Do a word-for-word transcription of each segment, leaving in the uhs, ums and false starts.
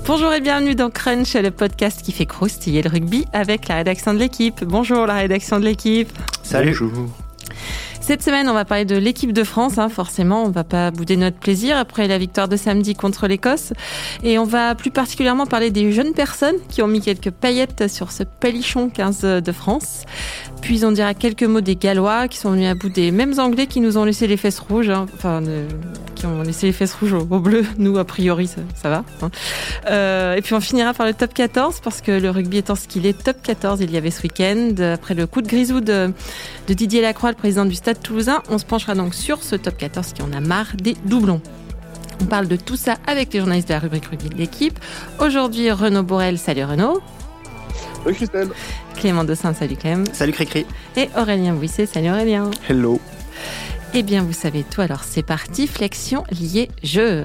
Bonjour et bienvenue dans Crunch, le podcast qui fait croustiller le rugby avec la rédaction de l'équipe. Bonjour la rédaction de l'équipe. Salut. Bonjour. Cette semaine, on va parler de l'équipe de France, hein, forcément, on ne va pas bouder notre plaisir après la victoire de samedi contre l'Écosse. Et on va plus particulièrement parler des jeunes personnes qui ont mis quelques paillettes sur ce palichon quinze de France. Puis on dira quelques mots des Gallois qui sont venus à bout des mêmes Anglais qui nous ont laissé les fesses rouges, hein, enfin, euh, qui ont laissé les fesses rouges au, au bleu. Nous, a priori, ça, ça va. Hein. Euh, et puis on finira par le top quatorze parce que le rugby étant ce qu'il est, top quatorze, il y avait ce week-end. Après le coup de grisou de, de Didier Lacroix, le président du Stade Toulousain, on se penchera donc sur ce top quatorze qui en a marre des doublons. On parle de tout ça avec les journalistes de la rubrique rugby de l'équipe. Aujourd'hui, Renaud Borel, salut Renaud. Salut Christelle. Clément Dossin, salut Clem. Salut Cricri. Et Aurélien Bouisset, salut Aurélien. Hello. Eh bien, vous savez tout, alors c'est parti, flexion liée jeu.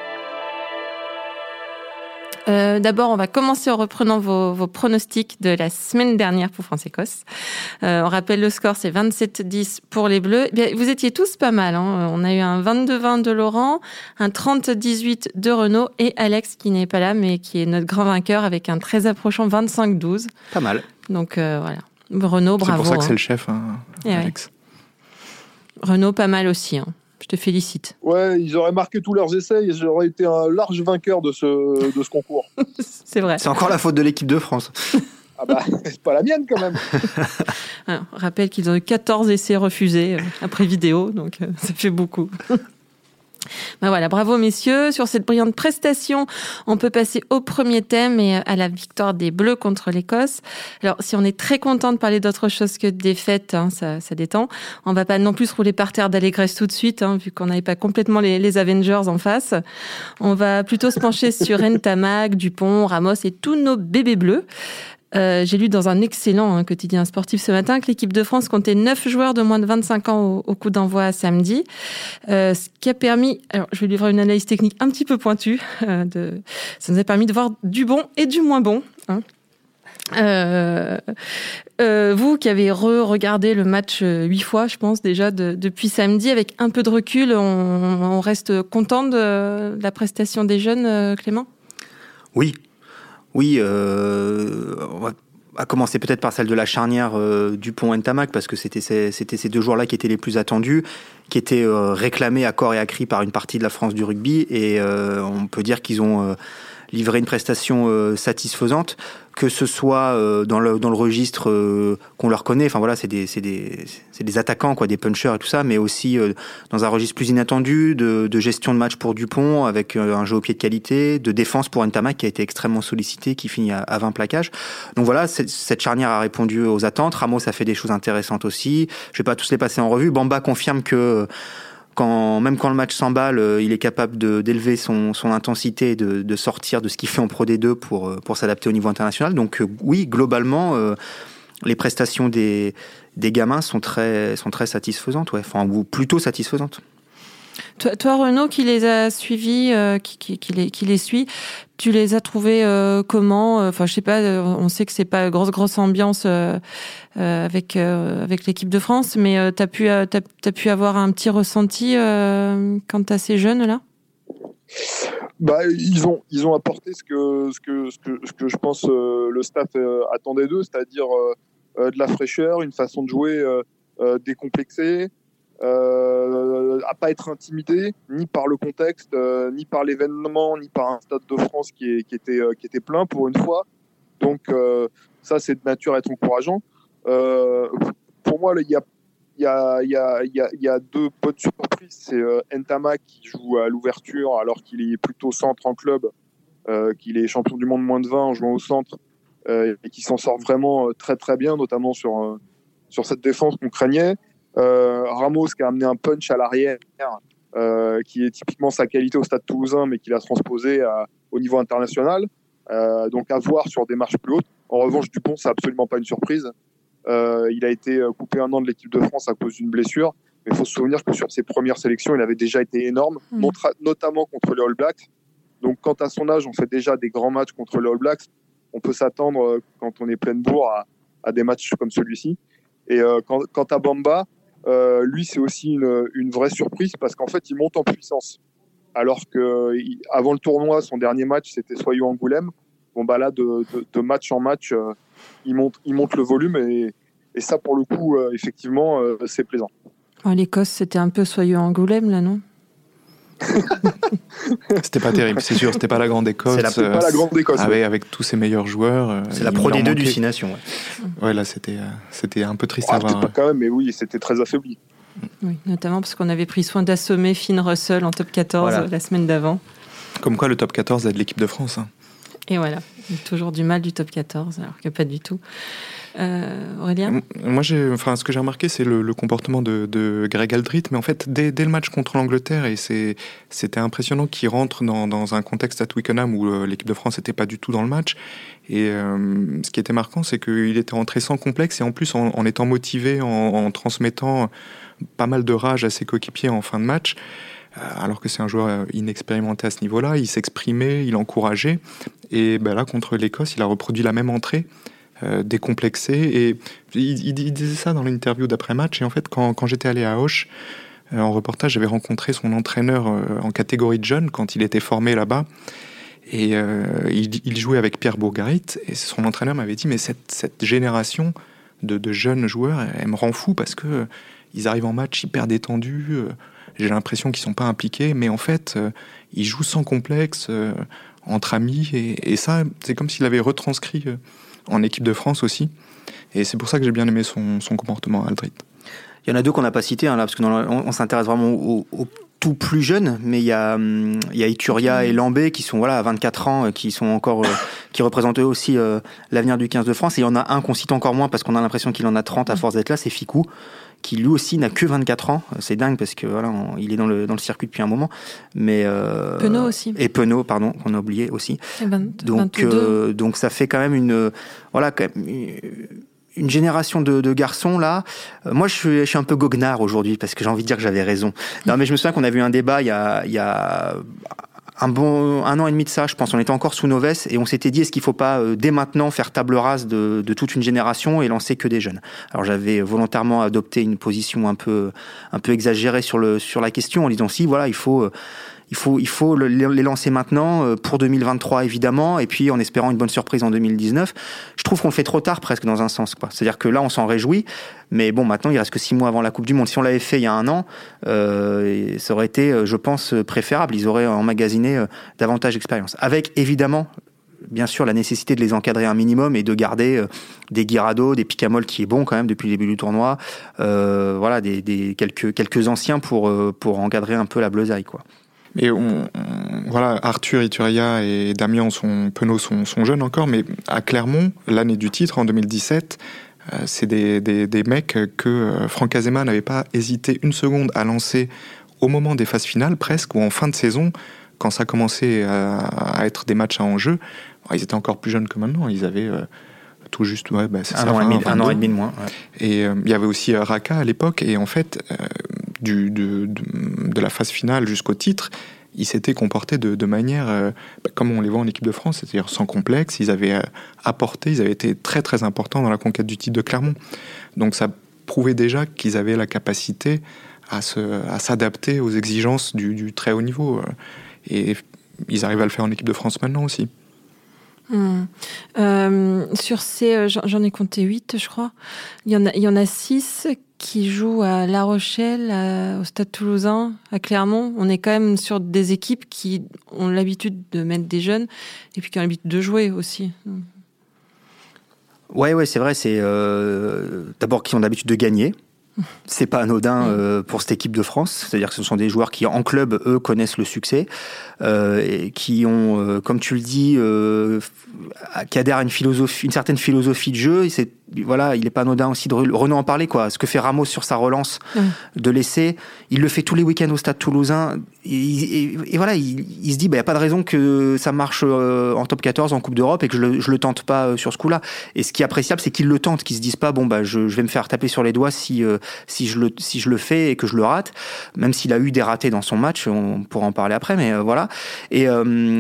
Euh, d'abord, on va commencer en reprenant vos, vos pronostics de la semaine dernière pour France-Écosse. Euh, on rappelle le score, c'est vingt-sept dix pour les Bleus. Eh bien, vous étiez tous pas mal. Hein. On a eu un vingt-deux vingt de Laurent, un trente dix-huit de Renaud et Alex qui n'est pas là, mais qui est notre grand vainqueur avec un très approchant vingt-cinq douze. Pas mal. Donc euh, voilà. Renaud, bravo. C'est pour ça que hein. c'est le chef, hein, Alex. Ouais. Renaud, pas mal aussi. Hein. Je te félicite. Ouais, ils auraient marqué tous leurs essais et j'aurais été un large vainqueur de ce, de ce concours. C'est vrai. C'est encore la faute de l'équipe de France. Ah bah, c'est pas la mienne quand même. Alors, on rappelle qu'ils ont eu quatorze essais refusés euh, après vidéo, donc euh, ça fait beaucoup. Ben voilà, bravo messieurs. Sur cette brillante prestation, on peut passer au premier thème et à la victoire des Bleus contre l'Écosse. Alors, si on est très content de parler d'autre chose que de défaite, hein, ça, ça détend. On va pas non plus se rouler par terre d'allégresse tout de suite, hein, vu qu'on n'avait pas complètement les, les Avengers en face. On va plutôt se pencher sur Ntamak, Dupont, Ramos et tous nos bébés bleus. Euh, j'ai lu dans un excellent hein, quotidien sportif ce matin que l'équipe de France comptait neuf joueurs de moins de vingt-cinq ans au, au coup d'envoi samedi, euh, ce qui a permis, alors je vais livrer une analyse technique un petit peu pointue, euh, de, ça nous a permis de voir du bon et du moins bon. Hein. Euh, euh, vous qui avez re-regardé le match huit fois, je pense déjà de, depuis samedi, avec un peu de recul, on, on reste content de, de la prestation des jeunes, euh, Clément ? Oui. Oui, euh, on va à commencer peut-être par celle de la charnière euh, Dupont-Ntamak, parce que c'était ces, c'était ces deux joueurs-là qui étaient les plus attendus, qui étaient euh, réclamés à corps et à cri par une partie de la France du rugby, et euh, on peut dire qu'ils ont euh, livré une prestation euh, satisfaisante, que ce soit euh, dans le dans le registre euh, qu'on leur connaît. Enfin voilà, c'est des c'est des c'est des attaquants quoi, des punchers et tout ça, mais aussi euh, dans un registre plus inattendu de, de gestion de match pour Dupont avec euh, un jeu au pied de qualité, de défense pour Ntamak qui a été extrêmement sollicité, qui finit à, à vingt plaquages. Donc voilà, cette charnière a répondu aux attentes. Ramos a fait des choses intéressantes aussi. Je vais pas tous les passer en revue. Bamba confirme que Quand, même quand le match s'emballe, euh, il est capable de, d'élever son, son intensité et de, de sortir de ce qu'il fait en Pro D deux pour, pour s'adapter au niveau international. Donc euh, oui, globalement, euh, les prestations des, des gamins sont très, sont très satisfaisantes, ouais. Enfin, ou plutôt satisfaisantes. Toi, toi Renaud, qui les a suivis, euh, qui, qui, qui, les, qui les suit, tu les as trouvés euh, comment ? Enfin, je sais pas, on sait que c'est pas grosse grosse ambiance euh, euh, avec euh, avec l'équipe de France, mais euh, t'as pu euh, t'as, t'as pu avoir un petit ressenti euh, quant à ces jeunes là ? Bah, ils ont ils ont apporté ce que ce que ce que, ce que je pense euh, le staff euh, attendait d'eux, c'est-à-dire euh, euh, de la fraîcheur, une façon de jouer euh, euh, décomplexée. Euh, à pas être intimidé ni par le contexte, euh, ni par l'événement, ni par un stade de France qui, est, qui était euh, qui était plein pour une fois. Donc euh, ça c'est de nature à être encourageant. Euh, pour moi, il y a il y a il y a il y a il y a deux bonnes surprises. C'est euh, Ntamak qui joue à l'ouverture alors qu'il est plutôt centre en club, euh, qu'il est champion du monde moins de vingt en jouant au centre euh, et qui s'en sort vraiment très très bien, notamment sur euh, sur cette défense qu'on craignait. Euh, Ramos qui a amené un punch à l'arrière euh, qui est typiquement sa qualité au Stade Toulousain mais qu'il a transposé à, au niveau international, euh, donc à voir sur des marches plus hautes. En revanche, Dupont, c'est absolument pas une surprise. Euh, il a été coupé un an de l'équipe de France à cause d'une blessure, mais il faut se souvenir que sur ses premières sélections il avait déjà été énorme, mmh. Montra- notamment contre les All Blacks. Donc quand à son âge on fait déjà des grands matchs contre les All Blacks, on peut s'attendre quand on est pleine bourre à, à des matchs comme celui-ci. Et euh, quand, quant à Bamba, Euh, lui, c'est aussi une, une vraie surprise parce qu'en fait, il monte en puissance. alors que avant le tournoi, son dernier match, c'était Soyaux-Angoulême. Bon, bah là, de, de, de match en match, euh, il, monte, il monte le volume et, et ça, pour le coup, euh, effectivement, euh, c'est plaisant. Oh, l'Écosse, c'était un peu Soyaux-Angoulême, là, non? C'était pas terrible, c'est sûr, c'était pas la grande Écosse. C'est la, euh, pas la grande Écosse. Avec, ouais. avec tous ses meilleurs joueurs. Euh, c'est la Pro D deux du Six Nations. Ouais. ouais, là, c'était, euh, c'était un peu triste oh, à voir. Pas quand même, mais oui, c'était très affaibli. Oui, notamment parce qu'on avait pris soin d'assommer Finn Russell en top quatorze voilà. la semaine d'avant. Comme quoi, le top quatorze aide l'équipe de France. Hein. Et voilà, il y a toujours du mal du top quatorze, alors que pas du tout. Euh, Aurélien ? Moi, j'ai, enfin, ce que j'ai remarqué, c'est le, le comportement de, de Greg Aldrit, mais en fait, dès, dès le match contre l'Angleterre, et c'est, c'était impressionnant qu'il rentre dans, dans un contexte à Twickenham où euh, l'équipe de France n'était pas du tout dans le match. Et euh, ce qui était marquant, c'est qu'il était rentré sans complexe et en plus en, en étant motivé, en, en transmettant pas mal de rage à ses coéquipiers en fin de match. Alors que c'est un joueur inexpérimenté à ce niveau-là, il s'exprimait, il encourageait. Et ben là, contre l'Écosse, il a reproduit la même entrée, euh, décomplexé. Et il, il, il disait ça dans l'interview d'après-match. Et en fait, quand, quand j'étais allé à Auch, euh, en reportage, j'avais rencontré son entraîneur euh, en catégorie de jeunes quand il était formé là-bas. Et euh, il, il jouait avec Pierre Bourgarit. Et son entraîneur m'avait dit, mais cette, cette génération de, de jeunes joueurs, elle, elle me rend fou parce que euh, ils arrivent en match hyper détendus. Euh, J'ai l'impression qu'ils ne sont pas impliqués, mais en fait, euh, ils jouent sans complexe, euh, entre amis. Et, et ça, c'est comme s'il avait retranscrit euh, en équipe de France aussi. Et c'est pour ça que j'ai bien aimé son, son comportement à Aldrit. Il y en a deux qu'on n'a pas cités, hein, là, parce qu'on on, on s'intéresse vraiment aux, aux tout plus jeunes, mais il y a, hum, il y a Ituria et Lambé qui sont voilà, à vingt-quatre ans, qui sont encore, euh, qui représentent eux aussi euh, l'avenir du quinze de France. Et il y en a un qu'on cite encore moins parce qu'on a l'impression qu'il en a trente à force d'être là, c'est Ficou, qui lui aussi n'a que vingt-quatre ans. C'est dingue parce que voilà, on, il est dans le dans le circuit depuis un moment. Mais euh, Penaud aussi. Et Penaud, pardon, qu'on a oublié aussi. vingt, donc euh, donc ça fait quand même une voilà quand même une génération de, de garçons là. Euh, moi je suis je suis un peu goguenard aujourd'hui parce que j'ai envie de dire que j'avais raison. Non mais je me souviens qu'on a vu un débat il y a il y a un bon un an et demi de ça, je pense. On était encore sous Novès et on s'était dit est-ce qu'il faut pas euh, dès maintenant faire table rase de, de toute une génération et lancer que des jeunes. Alors j'avais volontairement adopté une position un peu un peu exagérée sur le sur la question en disant si voilà il faut euh, il faut il faut le, les lancer maintenant euh, pour deux mille vingt-trois évidemment et puis en espérant une bonne surprise en deux mille dix-neuf. Je trouve qu'on le fait trop tard presque dans un sens quoi. C'est-à-dire que là on s'en réjouit. Mais bon, maintenant, il reste que six mois avant la Coupe du Monde. Si on l'avait fait il y a un an, euh, ça aurait été, je pense, préférable. Ils auraient emmagasiné euh, davantage d'expérience. Avec, évidemment, bien sûr, la nécessité de les encadrer un minimum et de garder euh, des Guirado, des Picamol, qui est bon quand même depuis le début du tournoi. Euh, voilà, des, des quelques, quelques anciens pour, euh, pour encadrer un peu la bleusaille, quoi. Et on, on, voilà, Arthur, Ituria et Damien sont, Penaud sont, sont jeunes encore, mais à Clermont, l'année du titre, en deux mille dix-sept, c'est des, des, des mecs que Franck Azema n'avait pas hésité une seconde à lancer au moment des phases finales, presque, ou en fin de saison, quand ça commençait à, à être des matchs à enjeu. Ils étaient encore plus jeunes que maintenant, ils avaient euh, tout juste ouais, bah, c'est un, ça, an vingt, un an et demi de moins. Ouais. Et euh, il y avait aussi euh, Raka à l'époque, et en fait, euh, du, de, de, de la phase finale jusqu'au titre, ils s'étaient comportés de, de manière, euh, bah, comme on les voit en équipe de France, c'est-à-dire sans complexe. Ils avaient euh, apporté, ils avaient été très très importants dans la conquête du titre de Clermont. Donc ça prouvait déjà qu'ils avaient la capacité à, se, à s'adapter aux exigences du, du très haut niveau. Et ils arrivent à le faire en équipe de France maintenant aussi. Mmh. Euh, sur ces, j'en ai compté huit, je crois. Il y en a, il y en a six qui jouent à La Rochelle, à, au Stade Toulousain, à Clermont. On est quand même sur des équipes qui ont l'habitude de mettre des jeunes et puis qui ont l'habitude de jouer aussi. Ouais, ouais, c'est vrai. C'est euh, d'abord qui ont l'habitude de gagner. C'est pas anodin euh, pour cette équipe de France, c'est-à-dire que ce sont des joueurs qui en club eux connaissent le succès, euh, et qui ont, euh, comme tu le dis, euh, qui adhèrent à une philosophie, une certaine philosophie de jeu. Et c'est voilà, il est pas anodin aussi de Renaud en parler quoi. Ce que fait Ramos sur sa relance mmh. de l'essai, il le fait tous les week-ends au Stade Toulousain. Et, et, et voilà, il, il se dit, bah y a pas de raison que ça marche euh, en top quatorze, en Coupe d'Europe et que je le, je le tente pas euh, sur ce coup-là. Et ce qui est appréciable, c'est qu'il le tente, qu'il se dise pas, bon bah je, je vais me faire taper sur les doigts si euh, si je le si je le fais et que je le rate. Même s'il a eu des ratés dans son match, on pourra en parler après, mais euh, voilà. Et euh,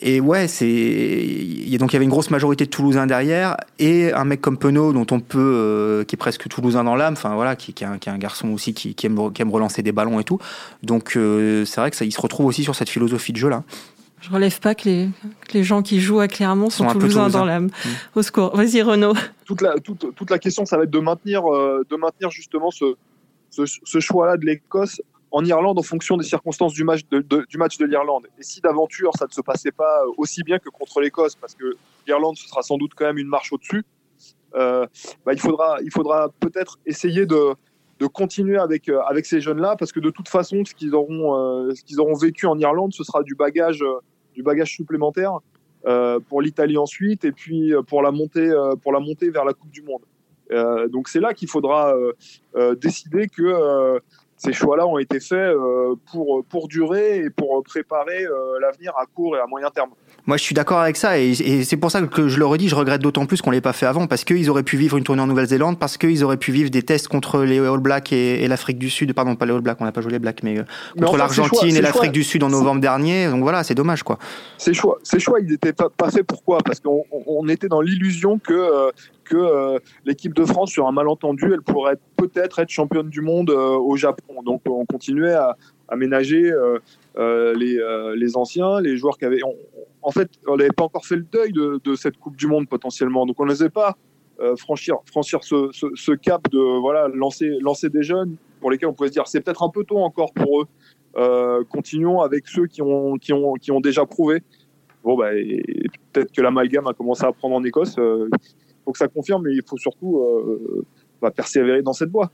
Et ouais, c'est il y a donc il y avait une grosse majorité de Toulousains derrière et un mec comme Penaud dont on peut euh, qui est presque Toulousain dans l'âme, enfin voilà, qui, qui, est un, qui est un garçon aussi qui, qui aime qui aime relancer des ballons et tout. Donc euh, c'est vrai que ça il se retrouve aussi sur cette philosophie de jeu là. Je relève pas que les que les gens qui jouent à Clermont sont, sont Toulousains dans l'âme. Mmh. Au secours. Vas-y Renaud. Toute la toute toute la question ça va être de maintenir euh, de maintenir justement ce ce, ce choix-là de l'Écosse en Irlande en fonction des circonstances du match de, de, du match de l'Irlande. Et si d'aventure ça ne se passait pas aussi bien que contre l'Écosse, parce que l'Irlande ce sera sans doute quand même une marche au-dessus, euh, bah, il faudra, il faudra peut-être essayer de, de continuer avec, euh, avec ces jeunes-là, parce que de toute façon ce qu'ils auront, euh, ce qu'ils auront vécu en Irlande, ce sera du bagage, euh, du bagage supplémentaire euh, pour l'Italie ensuite, et puis pour la montée, euh, pour la montée vers la Coupe du Monde. Euh, donc c'est là qu'il faudra euh, euh, décider que euh, ces choix-là ont été faits euh, pour, pour durer et pour préparer euh, l'avenir à court et à moyen terme. Moi, je suis d'accord avec ça et, et c'est pour ça que je le redis, je regrette d'autant plus qu'on ne l'ait pas fait avant parce qu'ils auraient pu vivre une tournée en Nouvelle-Zélande, parce qu'ils auraient pu vivre des tests contre les All Blacks et, et l'Afrique du Sud, pardon, pas les All Blacks, on n'a pas joué les Blacks, mais, euh, mais contre enfin, l'Argentine choix, et l'Afrique choix, du Sud en novembre c'est... dernier, donc voilà, c'est dommage quoi. Ces choix, ces choix ils n'étaient pas, pas faits pourquoi ? Parce qu'on on était dans l'illusion que, euh, que euh, l'équipe de France, sur un malentendu, elle pourrait être, peut-être être championne du monde euh, au Japon. Donc on continuait à, à ménager euh, euh, les, euh, les anciens, les joueurs qui avaient... On, en fait, on n'avait pas encore fait le deuil de, de cette Coupe du Monde potentiellement. Donc on n'osait pas euh, franchir, franchir ce, ce, ce cap de voilà, lancer, lancer des jeunes pour lesquels on pouvait se dire c'est peut-être un peu tôt encore pour eux. Euh, continuons avec ceux qui ont, qui ont, qui ont déjà prouvé. Bon, bah, et, et peut-être que l'amalgame a commencé à prendre en Écosse. Il euh, faut que ça confirme, mais il faut surtout euh, bah, persévérer dans cette voie.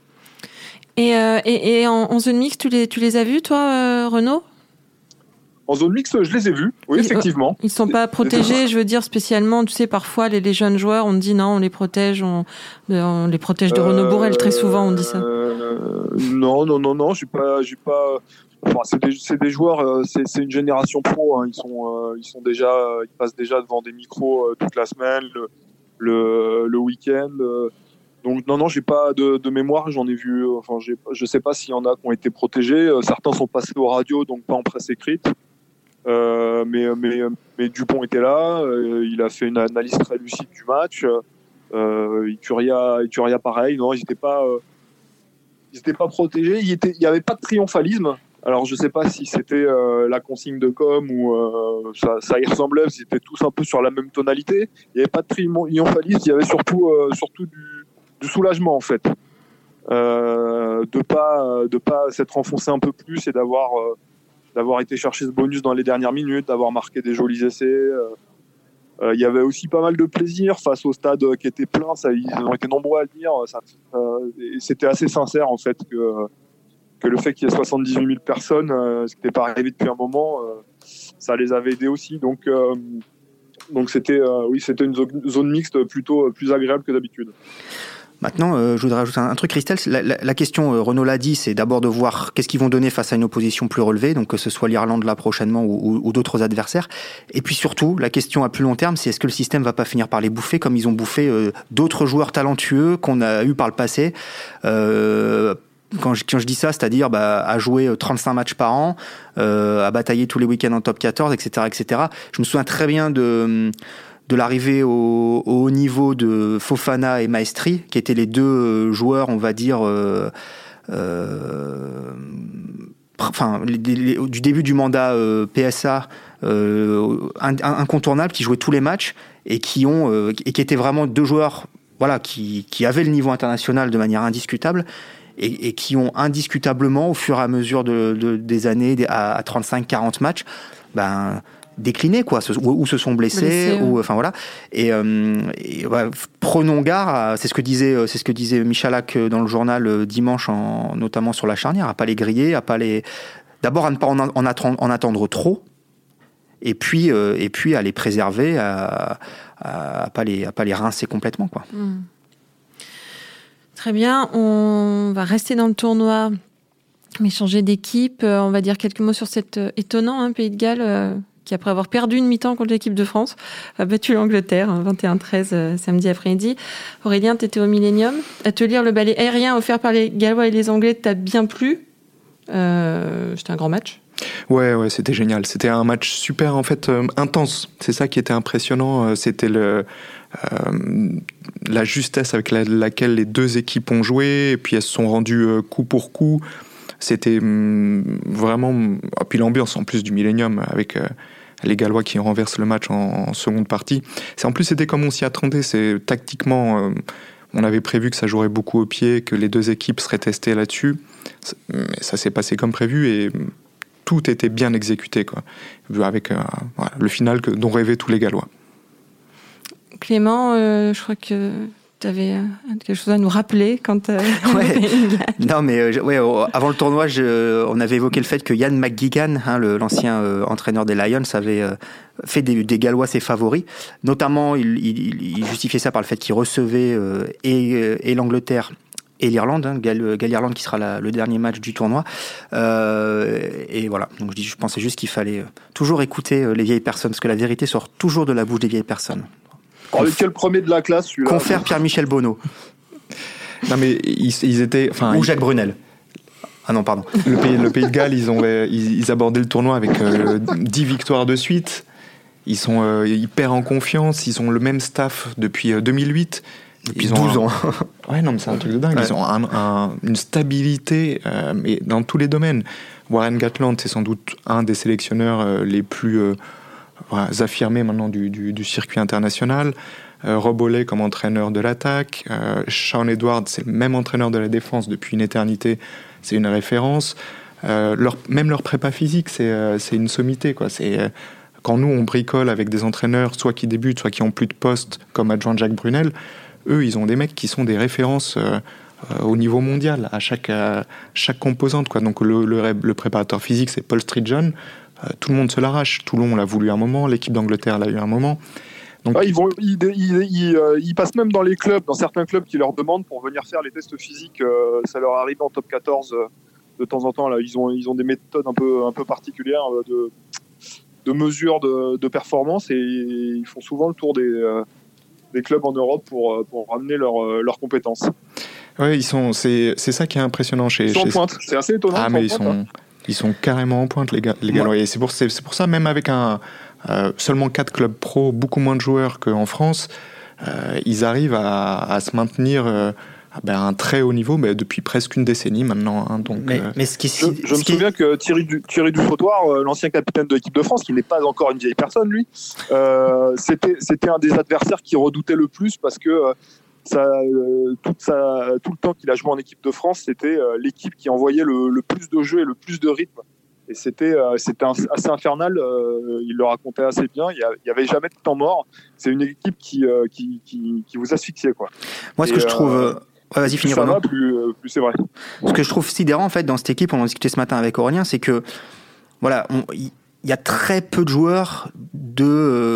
Et, euh, et, et en, en zone mixte, tu les, tu les as vus, toi, euh, Renaud ? En zone mixte, je les ai vus, oui, ils, effectivement. Ils ne sont pas protégés, je veux dire, spécialement. Tu sais, parfois, les, les jeunes joueurs, on dit non, on les protège, on, on les protège de Renaud Bourrel, très souvent, on dit ça. Euh, non, non, non, non, j'ai pas... J'ai pas... Enfin, c'est, des, c'est des joueurs, c'est, c'est une génération pro, hein. Ils, sont, euh, ils, sont déjà, ils passent déjà devant des micros euh, toute la semaine, le, le, le week-end. Euh. Donc, non, non, j'ai pas de, de mémoire, j'en ai vu... Enfin, j'ai, je sais pas s'il y en a qui ont été protégés. Certains sont passés aux radios, donc pas en presse écrite. Euh, mais, mais, mais Dupont était là, euh, il a fait une analyse très lucide du match. Euh, Ituria, Ituria pareil, non, ils n'étaient pas, euh, ils étaient pas protégés. Il était, il y avait pas de triomphalisme. Alors je sais pas si c'était euh, la consigne de com ou euh, ça, ça y ressemblait. Ils étaient tous un peu sur la même tonalité. Il y avait pas de triomphalisme. Il y avait surtout, euh, surtout du, du soulagement en fait, euh, de pas, de pas s'être enfoncé un peu plus et d'avoir euh, d'avoir été chercher ce bonus dans les dernières minutes, d'avoir marqué des jolis essais. Euh, euh, il y avait aussi pas mal de plaisir face au stade qui était plein. Ça, ils ont été nombreux à le dire. Ça, euh, et c'était assez sincère en fait que, que le fait qu'il y ait soixante-dix-huit mille personnes, euh, ce qui n'était pas arrivé depuis un moment, euh, ça les avait aidés aussi. Donc, euh, donc c'était, euh, oui, c'était une zone, zone mixte plutôt plus agréable que d'habitude. Maintenant, euh, je voudrais rajouter un, un truc, Christelle. La, la, la question, euh, Renaud l'a dit, c'est d'abord de voir qu'est-ce qu'ils vont donner face à une opposition plus relevée, donc que ce soit l'Irlande là prochainement ou, ou, ou d'autres adversaires. Et puis surtout, la question à plus long terme, c'est est-ce que le système va pas finir par les bouffer comme ils ont bouffé euh, d'autres joueurs talentueux qu'on a eu par le passé. Euh, Quand je, quand je dis ça, c'est-à-dire bah, à jouer trente-cinq matchs par an, euh, à batailler tous les week-ends en top quatorze, et cetera, et cetera. Je me souviens très bien de... de l'arrivée au, au haut niveau de Fofana et Maestri, qui étaient les deux joueurs, on va dire, euh, euh, enfin, les, les, du début du mandat euh, P S A, euh, incontournables, qui jouaient tous les matchs et qui ont euh, et qui étaient vraiment deux joueurs, voilà, qui, qui avaient le niveau international de manière indiscutable. Et, et qui ont indiscutablement, au fur et à mesure de, de, des années, à, à trente-cinq quarante matchs, ben, décliné, quoi, ou, ou se sont blessés, Blessé, ou, ouais. enfin voilà. Et, euh, et bah, prenons garde, à, c'est ce que disait, c'est ce que disait Michalak dans le journal euh, dimanche, en, notamment sur la charnière, à pas les griller, à pas les, d'abord à ne pas en, en, attendre, en attendre trop, et puis, euh, et puis à les préserver, à, à, à pas les, à pas les rincer complètement, quoi. Mmh. Très bien, on va rester dans le tournoi, mais changer d'équipe. Euh, on va dire quelques mots sur cet euh, étonnant hein, Pays de Galles, euh, qui après avoir perdu une mi-temps contre l'équipe de France, a battu l'Angleterre, hein, vingt et un treize euh, samedi après-midi. Aurélien, tu étais au Millennium. À te lire le balai aérien offert par les Gallois et les Anglais, t'as bien plu. Euh, c'était un grand match. Ouais, ouais, c'était génial. C'était un match super, en fait, euh, intense. C'est ça qui était impressionnant. C'était le, euh, la justesse avec la, laquelle les deux équipes ont joué, et puis elles se sont rendues euh, coup pour coup. C'était hum, vraiment... Et puis l'ambiance, en plus, du Millennium, avec euh, les Gallois qui renversent le match en, en seconde partie. C'est, en plus, c'était comme on s'y attendait. C'est, tactiquement, euh, on avait prévu que ça jouerait beaucoup au pied, que les deux équipes seraient testées là-dessus. Mais ça s'est passé comme prévu, et... tout était bien exécuté, quoi. Avec euh, voilà, le final que, dont rêvaient tous les Gallois. Clément, euh, je crois que tu avais quelque chose à nous rappeler quand euh, ouais. Non, mais euh, ouais, avant le tournoi, je, on avait évoqué le fait que Ian McGuigan, hein, le, l'ancien euh, entraîneur des Lions, avait euh, fait des, des Gallois ses favoris. Notamment, il, il, il justifiait ça par le fait qu'il recevait euh, et, et l'Angleterre et l'Irlande, hein, Galles-Irlande qui sera la, le dernier match du tournoi. Euh, et voilà, donc je, dis, je pensais juste qu'il fallait euh, toujours écouter euh, les vieilles personnes, parce que la vérité sort toujours de la bouche des vieilles personnes. Oh, quel premier de la classe, celui-là. Confère Pierre-Michel Bonneau. Non, mais ils, ils étaient... Ou Jacques Brunel. Ah non, pardon. Le pays, le pays de Galles, ils, ont, ils, ils abordaient le tournoi avec euh, dix victoires de suite. Ils sont euh, hyper en confiance. Ils ont le même staff depuis euh, deux mille huit. Depuis ils ont douze ans. Un... Ouais, non, mais c'est un truc de dingue. Ouais. Ils ont un, un, une stabilité euh, mais dans tous les domaines. Warren Gatland, c'est sans doute un des sélectionneurs euh, les plus euh, voilà, affirmés maintenant du, du, du circuit international. Euh, Rob Oley comme entraîneur de l'attaque. Euh, Sean Edwards, c'est le même entraîneur de la défense depuis une éternité. C'est une référence. Euh, leur, même leur prépa physique, c'est, euh, c'est une sommité, quoi. C'est... Euh, quand nous, on bricole avec des entraîneurs, soit qui débutent, soit qui n'ont plus de poste, comme adjoint Jacques Brunel, eux, ils ont des mecs qui sont des références euh, euh, au niveau mondial, à chaque, à chaque composante, quoi. Donc le, le, le préparateur physique, c'est Paul Streetjohn. Euh, tout le monde se l'arrache. Toulon l'a voulu un moment, l'équipe d'Angleterre l'a eu un moment. Donc, ah, ils, vont, ils, ils, ils, euh, ils passent même dans les clubs, dans certains clubs qui leur demandent pour venir faire les tests physiques. Euh, ça leur arrive en top quatorze euh, de temps en temps. Là. Ils, ont, ils ont des méthodes un peu, un peu particulières euh, de... de mesures de, de performance, et ils font souvent le tour des, euh, des clubs en Europe pour, pour ramener leurs leur compétences. Oui, ils sont, c'est, c'est ça qui est impressionnant chez... Ils sont chez... en pointe, c'est assez étonnant. Ah, mais ils pointe, sont, hein. ils sont carrément en pointe, les, gars, les Gallois. Ouais. Et c'est pour, c'est, c'est pour ça, même avec un, euh, seulement quatre clubs pro, beaucoup moins de joueurs qu'en France, euh, ils arrivent à, à se maintenir... Euh, Ben, un très haut niveau, mais depuis presque une décennie maintenant. Hein, donc, mais, euh... mais ce qui, je je ce me qui... souviens que Thierry, du, Thierry Dufautoir, euh, l'ancien capitaine de l'équipe de France, qui n'est pas encore une vieille personne, lui, euh, c'était, c'était un des adversaires qu'il redoutait le plus, parce que euh, ça, euh, toute sa, tout le temps qu'il a joué en équipe de France, c'était euh, l'équipe qui envoyait le, le plus de jeux et le plus de rythme. Et c'était, euh, c'était assez infernal, euh, il le racontait assez bien, il n'y avait jamais de temps mort. C'est une équipe qui, euh, qui, qui, qui vous asphyxiait, quoi. Moi, ce et, que je trouve... Euh, Ouais, vas-y, finis, ça va, plus, euh, plus c'est vrai. Ce que je trouve sidérant, en fait, dans cette équipe, on en discutait ce matin avec Aurélien, c'est que, voilà, il y a très peu de joueurs de,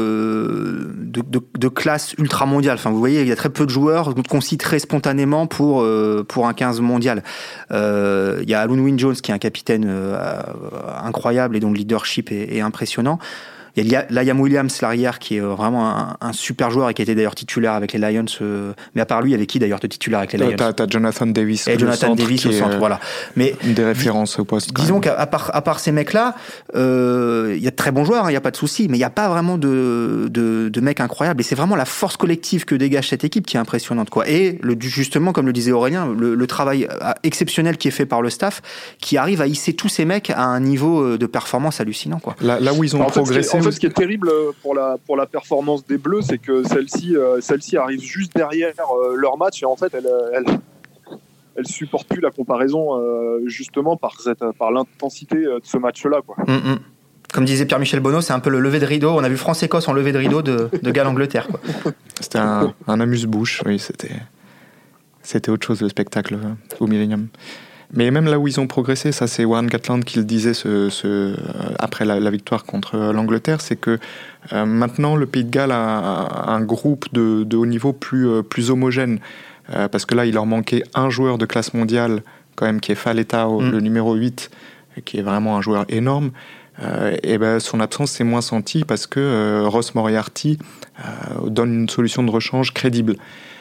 euh, de, de, de classe ultra-mondiale. Enfin, vous voyez, il y a très peu de joueurs qu'on citerait spontanément pour, euh, pour un quinze mondial. Euh, il y a Alun Wyn-Jones, qui est un capitaine euh, incroyable et dont le leadership est, est impressionnant. Il y a Liam Williams, l'arrière, qui est vraiment un, un super joueur et qui était d'ailleurs titulaire avec les Lions. Euh, mais à part lui, il y avait qui d'ailleurs de titulaire avec les Lions ? T'as, t'as Jonathan Davis. Et Jonathan Davis au centre, euh, voilà. Mais une des références au poste. Disons qu'à part, à part ces mecs-là, euh, il y a de très bons joueurs, il hein, n'y a pas de souci, mais il n'y a pas vraiment de, de, de mecs incroyables. Et c'est vraiment la force collective que dégage cette équipe qui est impressionnante, quoi. Et le, justement, comme le disait Aurélien, le, le travail exceptionnel qui est fait par le staff, qui arrive à hisser tous ces mecs à un niveau de performance hallucinant, quoi. Là, là où ils ont en progressé. Fait, en fait, ce qui est terrible pour la, pour la performance des Bleus, c'est que celle-ci, euh, celle-ci arrive juste derrière euh, leur match, et en fait, elle, elle, elle supporte plus la comparaison, euh, justement par, cette, par l'intensité de ce match-là, quoi. Mm-hmm. Comme disait Pierre-Michel Bonneau, c'est un peu le lever de rideau. On a vu France-Écosse en lever de rideau de, de Galles-Angleterre, quoi. C'était un, un amuse-bouche, oui, c'était, c'était autre chose le spectacle au Millennium. Mais même là où ils ont progressé, ça c'est Warren Gatland qui le disait ce, ce, après la, la victoire contre l'Angleterre, c'est que euh, maintenant le Pays de Galles a un groupe de, de haut niveau plus, euh, plus homogène. Euh, parce que là, il leur manquait un joueur de classe mondiale, quand même, qui est Faletau, mmh. le numéro huit, qui est vraiment un joueur énorme. Euh, et ben, son absence s'est moins sentie parce que euh, Ross Moriarty euh, donne une solution de rechange crédible.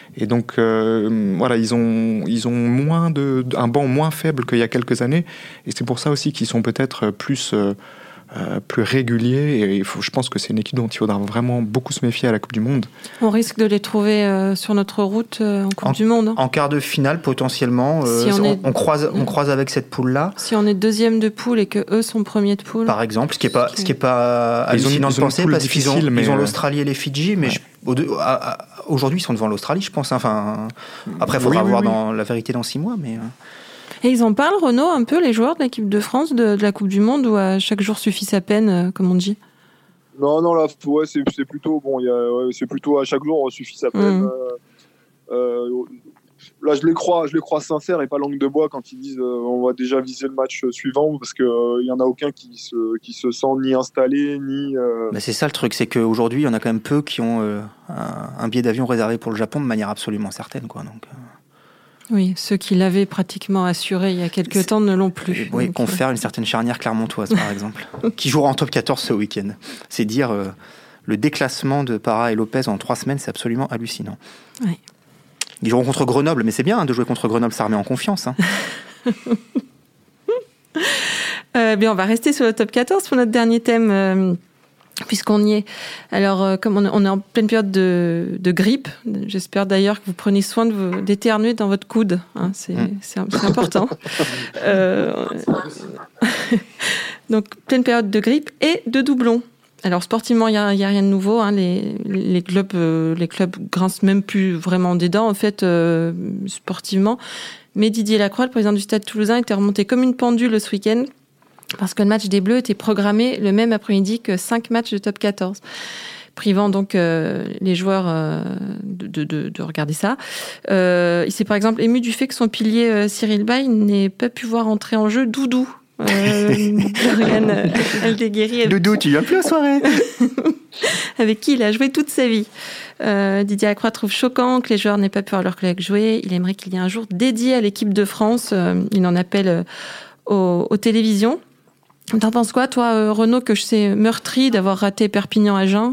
Et donc, euh, voilà, ils ont, ils ont moins de, un banc moins faible qu'il y a quelques années. Et c'est pour ça aussi qu'ils sont peut-être plus, euh, euh, plus réguliers. Et il faut, je pense que c'est une équipe dont il faudra vraiment beaucoup se méfier à la Coupe du Monde. On risque de les trouver euh, sur notre route euh, en Coupe en, du Monde. Hein. En quart de finale, potentiellement. Euh, si on, on, est... on, croise, on croise avec cette poule-là. Si on est deuxième de poule et qu'eux sont premiers de poule. Par exemple, ce qui n'est pas, ce qui est pas hallucinant de penser, parce qu'ils ont, ils ont l'Australie et les Fidji, mais... Ouais. Je, aujourd'hui, ils sont devant l'Australie, je pense. Enfin, après, il faudra oui, voir oui, oui. Dans la vérité dans six mois. Mais... Et ils en parlent, Renaud, un peu, les joueurs de l'équipe de France, de, de la Coupe du Monde, où à chaque jour suffit sa peine, comme on dit? Non, non, là, ouais, c'est, c'est plutôt bon. Y a, ouais, c'est plutôt à chaque jour suffit sa peine. Mmh. Euh, euh, là, je les crois, je les crois sincères et pas langue de bois quand ils disent euh, on va déjà viser le match suivant, parce que il euh, y en a aucun qui se qui se sent ni installé ni. Euh... Bah c'est ça le truc, c'est qu'aujourd'hui, il y en a quand même peu qui ont euh, un, un billet d'avion réservé pour le Japon de manière absolument certaine, quoi. Donc. Euh... Oui, ceux qui l'avaient pratiquement assuré il y a quelques c'est... temps ne l'ont plus. Oui, confère une certaine charnière clermontoise, par exemple, qui jouera en top quatorze ce week-end. C'est dire euh, le déclassement de Parra et Lopez en trois semaines, c'est absolument hallucinant. Oui. Ils joueront contre Grenoble, mais c'est bien hein, de jouer contre Grenoble, ça remet en confiance. Hein. euh, bien, on va rester sur le top quatorze pour notre dernier thème. Euh... Puisqu'on y est. Alors, euh, comme on est en pleine période de, de grippe, j'espère d'ailleurs que vous prenez soin de vous, d'éternuer dans votre coude. Hein, c'est, mmh. c'est, c'est important. euh, donc, pleine période de grippe et de doublons. Alors, sportivement, il n'y a, a rien de nouveau. Hein, les, les, clubs, euh, les clubs grincent même plus vraiment des dents, en fait, euh, sportivement. Mais Didier Lacroix, le président du Stade Toulousain, était remonté comme une pendule ce week-end, parce que le match des Bleus était programmé le même après-midi que cinq matchs de top quatorze, privant donc euh, les joueurs euh, de, de, de regarder ça. Euh, il s'est par exemple ému du fait que son pilier euh, Cyril Bay n'ait pas pu voir entrer en jeu Doudou. Euh, Dorian Aldeguerri. Doudou, tu viens plus à la soirée. Avec qui il a joué toute sa vie. Euh, Didier Lacroix trouve choquant que les joueurs n'aient pas pu voir leurs collègues jouer. Il aimerait qu'il y ait un jour dédié à l'équipe de France. Euh, il en appelle euh, aux, aux télévisions. T'en penses quoi, toi, Renaud, que je sais meurtri d'avoir raté Perpignan-Agen?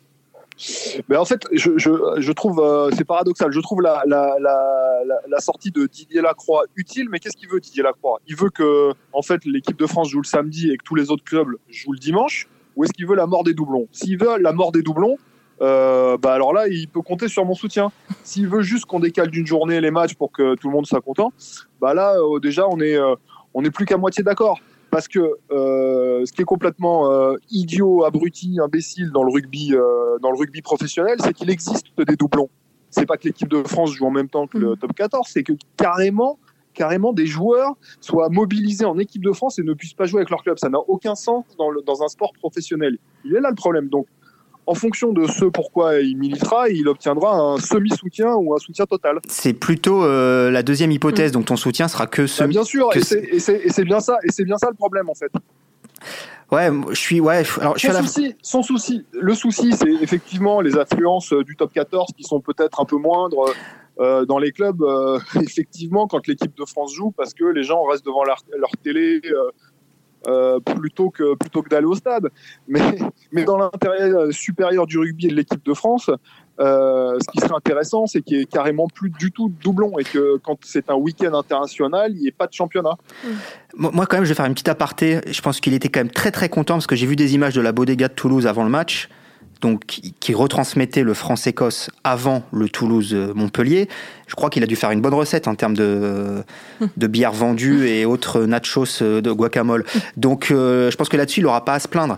Mais en fait, je, je, je trouve, euh, c'est paradoxal, je trouve la, la, la, la, la sortie de Didier Lacroix utile, mais qu'est-ce qu'il veut, Didier Lacroix? Il veut que, en fait, l'équipe de France joue le samedi et que tous les autres clubs jouent le dimanche, ou est-ce qu'il veut la mort des doublons? S'il veut la mort des doublons, euh, bah alors là, il peut compter sur mon soutien. S'il veut juste qu'on décale d'une journée les matchs pour que tout le monde soit content, bah là, euh, déjà, on est, euh, on est plus qu'à moitié d'accord. Parce que euh, ce qui est complètement euh, idiot, abruti, imbécile dans le rugby, euh, dans le rugby professionnel, c'est qu'il existe des doublons. C'est pas que l'équipe de France joue en même temps que le top quatorze, c'est que carrément, carrément des joueurs soient mobilisés en équipe de France et ne puissent pas jouer avec leur club. Ça n'a aucun sens dans, le, dans un sport professionnel. Il est là le problème. Donc, en fonction de ce pourquoi il militera, il obtiendra un semi-soutien ou un soutien total. C'est plutôt euh, la deuxième hypothèse, mmh. donc ton soutien sera que ce... Bah bien sûr, que et, c'est, et, c'est, et, c'est bien ça, et c'est bien ça le problème en fait. Ouais, je suis... Ouais, alors, je son, suis à la... souci, son souci, le souci, c'est effectivement les affluences du top quatorze qui sont peut-être un peu moindres euh, dans les clubs, euh, effectivement, quand l'équipe de France joue, parce que les gens restent devant leur, leur télé... Euh, Euh, plutôt que plutôt que d'aller au stade, mais mais dans l'intérêt supérieur du rugby et de l'équipe de France, euh, ce qui serait intéressant, c'est qu'il n'y ait carrément plus du tout de doublons et que quand c'est un week-end international, il n'y ait pas de championnat. Moi, quand même, je vais faire une petite aparté. Je pense qu'il était quand même très très content parce que j'ai vu des images de la Bodega de Toulouse avant le match. Donc, qui retransmettait le France-Écosse avant le Toulouse-Montpellier. Je crois qu'il a dû faire une bonne recette en termes de, de bière vendue et autres nachos de guacamole. Donc, euh, je pense que là-dessus, il n'aura pas à se plaindre.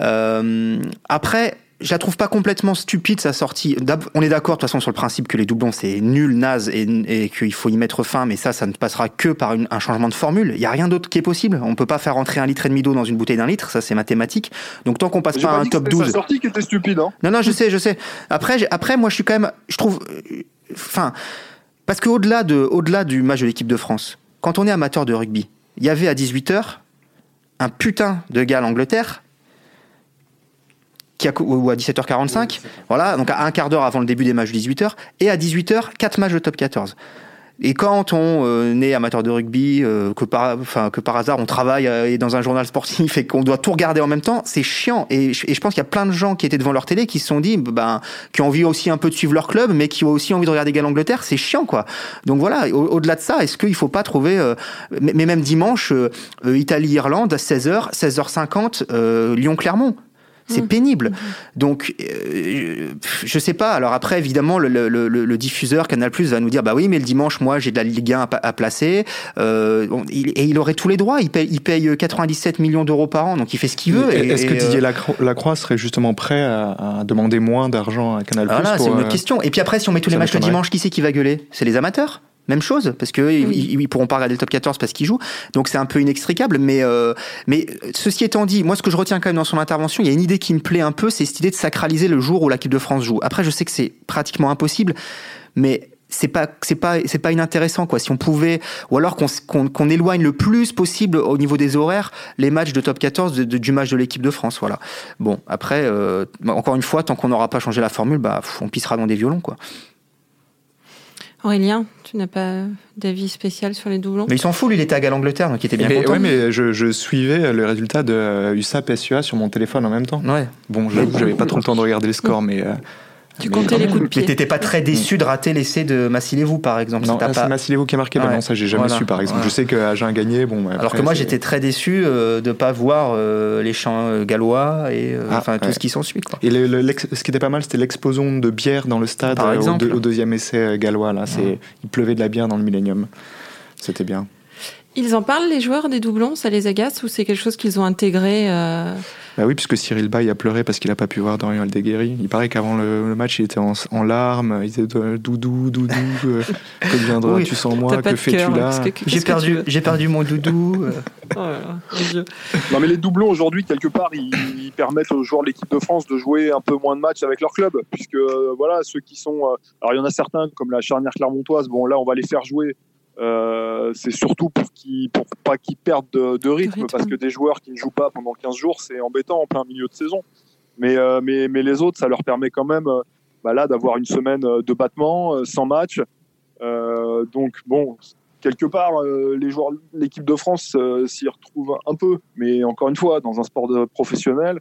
Euh, après, je la trouve pas complètement stupide, sa sortie. On est d'accord, de toute façon, sur le principe que les doublons, c'est nul, naze, et, et qu'il faut y mettre fin, mais ça, ça ne passera que par une, un changement de formule. Il n'y a rien d'autre qui est possible. On ne peut pas faire rentrer un litre et demi d'eau dans une bouteille d'un litre, ça, c'est mathématique. Donc, tant qu'on passe J'ai pas à un top douze... J'ai pas dit que c'était sa sortie qui était stupide, hein. Non, non, je sais, je sais. Après, après moi, je suis quand même... Je trouve... Enfin... Parce qu'au-delà de, au-delà du match de l'équipe de France, quand on est amateur de rugby, il y avait à dix-huit heures un putain de Galles-Angleterre qui a, ou à dix-sept heures quarante-cinq, oui, voilà, donc à un quart d'heure avant le début des matchs de dix-huit heures, et à dix-huit heures, quatre matchs de top quatorze. Et quand on euh, est amateur de rugby, euh, que, par, enfin, que par hasard on travaille euh, dans un journal sportif et qu'on doit tout regarder en même temps, c'est chiant. Et, et je pense qu'il y a plein de gens qui étaient devant leur télé qui se sont dit, ben, qui ont envie aussi un peu de suivre leur club, mais qui ont aussi envie de regarder Galles-Angleterre, c'est chiant, quoi. Donc voilà, au- au-delà de ça, est-ce qu'il faut pas trouver, euh, mais, mais même dimanche, euh, euh, Italie-Irlande à seize heures, seize heures cinquante, euh, Lyon-Clermont. C'est mmh. pénible. Mmh. Donc, euh, je sais pas. Alors après, évidemment, le, le, le, le diffuseur Canal+ va nous dire, bah oui, mais le dimanche, moi, j'ai de la Ligue un à, à placer. Euh, bon, il, et il aurait tous les droits. Il paye, il paye quatre-vingt-dix-sept millions d'euros par an, donc il fait ce qu'il veut. Et, et, est-ce et, que Didier euh... Lacroix serait justement prêt à, à demander moins d'argent à Canal+? Voilà, pour, c'est une autre euh... question. Et puis après, si on met tous les matchs le dimanche, qui c'est qui va gueuler? C'est les amateurs. Même chose, parce que oui. ils, ils pourront pas regarder le top quatorze parce qu'ils jouent. Donc c'est un peu inextricable. Mais, euh, mais ceci étant dit, moi ce que je retiens quand même dans son intervention, il y a une idée qui me plaît un peu, c'est cette idée de sacraliser le jour où l'équipe de France joue. Après, je sais que c'est pratiquement impossible, mais c'est pas c'est pas c'est pas inintéressant, quoi. Si on pouvait, ou alors qu'on, qu'on, qu'on éloigne le plus possible au niveau des horaires les matchs de top quatorze de, de, du match de l'équipe de France. Voilà. Bon, après, euh, encore une fois, tant qu'on n'aura pas changé la formule, bah on pissera dans des violons, quoi. Aurélien, tu n'as pas d'avis spécial sur les doublons? Mais il s'en fout, lui, il était à Galles-Angleterre, donc il était bien mais, content. Ouais, mais je, je suivais le résultat de U S A P S U A sur mon téléphone en même temps. Ouais. Bon, j'avoue que j'avais pas trop le temps de regarder le score, mais... Euh, tu mais comptais les coups de pied. Mais t'étais pas très déçu de rater l'essai de Massilevou, par exemple? Non, c'est pas... Massilevou qui a marqué, bah ouais. Non, ça j'ai jamais voilà. su, par exemple. Voilà. Je sais que Agen a gagné, bon... Après, alors que moi, c'est... j'étais très déçu euh, de pas voir euh, les chants euh, gallois et euh, ah, enfin tout ouais. ce qui s'ensuit, quoi. Et le, le, ce qui était pas mal, c'était l'explosion de bière dans le stade par exemple, au, de, au deuxième essai gallois, là. C'est... Ouais. Il pleuvait de la bière dans le Millennium. C'était bien. Ils en parlent, les joueurs des doublons? Ça les agace ou c'est quelque chose qu'ils ont intégré euh... Bah oui, puisque Cyril Bay a pleuré parce qu'il n'a pas pu voir Dorian Aldeguerri. Il paraît qu'avant le, le match, il était en, en larmes. Il disait doudou, doudou, euh, que deviendras-tu oui. sans moi? Que fais-tu là? que, que, J'ai perdu, j'ai perdu mon doudou. Oh là là, mon Dieu. Non, mais les doublons aujourd'hui, quelque part, ils, ils permettent aux joueurs de l'équipe de France de jouer un peu moins de matchs avec leur club, puisque euh, voilà, ceux qui sont, euh, alors il y en a certains comme la charnière clermontoise. Bon, là, on va les faire jouer. Euh, c'est surtout pour qu'ils, pour pas qu'ils perdent de, de, rythme, de rythme, parce que des joueurs qui ne jouent pas pendant quinze jours, c'est embêtant en plein milieu de saison. Mais, euh, mais, mais les autres, ça leur permet quand même, euh, bah là, d'avoir une semaine de battement, euh, sans match. Euh, donc bon, quelque part, euh, les joueurs, l'équipe de France euh, s'y retrouve un peu. Mais encore une fois, dans un sport de professionnel,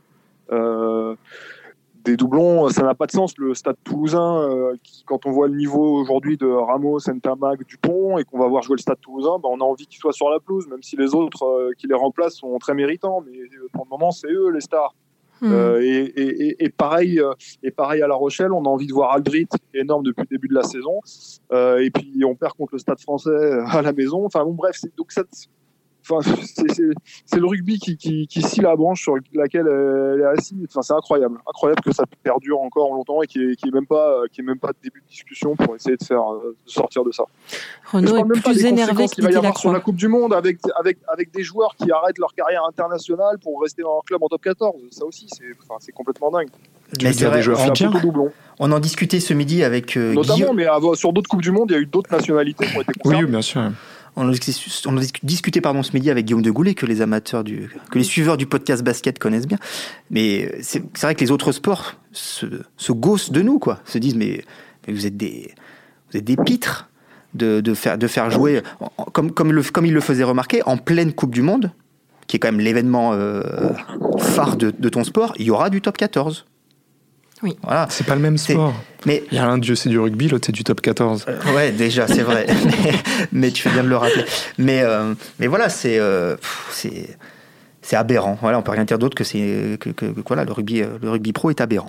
euh, des doublons, ça n'a pas de sens. Le Stade Toulousain, euh, qui, quand on voit le niveau aujourd'hui de Ramos, Ntamak, Dupont, et qu'on va voir jouer le Stade Toulousain, bah, on a envie qu'ils soient sur la pelouse, même si les autres euh, qui les remplacent sont très méritants. Mais pour le moment, c'est eux les stars. Mmh. Euh, et, et, et, et, pareil, euh, et pareil à La Rochelle, on a envie de voir Aldrit, énorme depuis le début de la saison. Euh, et puis on perd contre le Stade Français à la maison. Enfin bon, bref, c'est, donc ça. Enfin, c'est, c'est, c'est le rugby qui, qui, qui scie la branche sur laquelle elle est assise. Enfin, c'est incroyable, incroyable que ça perdure encore longtemps et qu'il n'y ait, qu'il y ait même pas, qu'il y ait même pas de début de discussion pour essayer de faire de sortir de ça. Renaud est plus énervé qu'il va y la avoir croix. Sur la Coupe du Monde avec avec avec des joueurs qui arrêtent leur carrière internationale pour rester dans leur club en top quatorze. Ça aussi, c'est, enfin, c'est complètement dingue. Mais c'est vrai, des joueurs on, on en discutait ce midi avec euh, notamment, Guillaume. mais à, sur d'autres coupes du monde, il y a eu d'autres nationalités qui ont été concernées. Oui, bien sûr. On a discuté pardon, ce midi avec Guillaume de Goulet, que les amateurs du, que les suiveurs du podcast basket connaissent bien. Mais c'est, c'est vrai que les autres sports se, se gaussent de nous, quoi. Se disent, mais, mais vous êtes des, vous êtes des pitres de, de faire, de faire jouer, comme, comme, le, comme il le faisait remarquer, en pleine Coupe du Monde, qui est quand même l'événement euh, phare de, de ton sport, il y aura du top quatorze. Oui. Voilà. C'est pas le même sport. Mais il y a l'un Dieu c'est du rugby, l'autre c'est du top quatorze. Euh, ouais, déjà c'est vrai. mais, mais tu fais bien de le rappeler. Mais euh, mais voilà, c'est euh, c'est c'est aberrant. Voilà, on peut rien dire d'autre que c'est que, que, que voilà, le rugby le rugby pro est aberrant.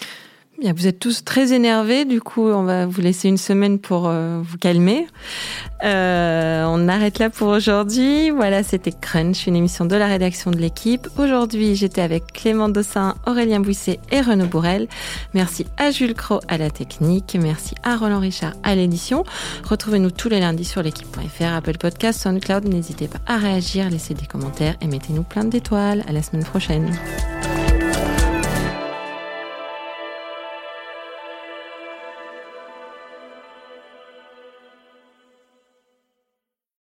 Bien, vous êtes tous très énervés, du coup on va vous laisser une semaine pour euh, vous calmer. Euh, on arrête là pour aujourd'hui. Voilà, c'était Crunch, une émission de la rédaction de l'équipe. Aujourd'hui, j'étais avec Clément Dossin, Aurélien Bouisset et Renaud Bourrel. Merci à Jules Cros à la technique. Merci à Roland Richard à l'édition. Retrouvez-nous tous les lundis sur l'équipe point f r, Apple Podcast, SoundCloud. N'hésitez pas à réagir, laissez des commentaires et mettez-nous plein d'étoiles. À la semaine prochaine.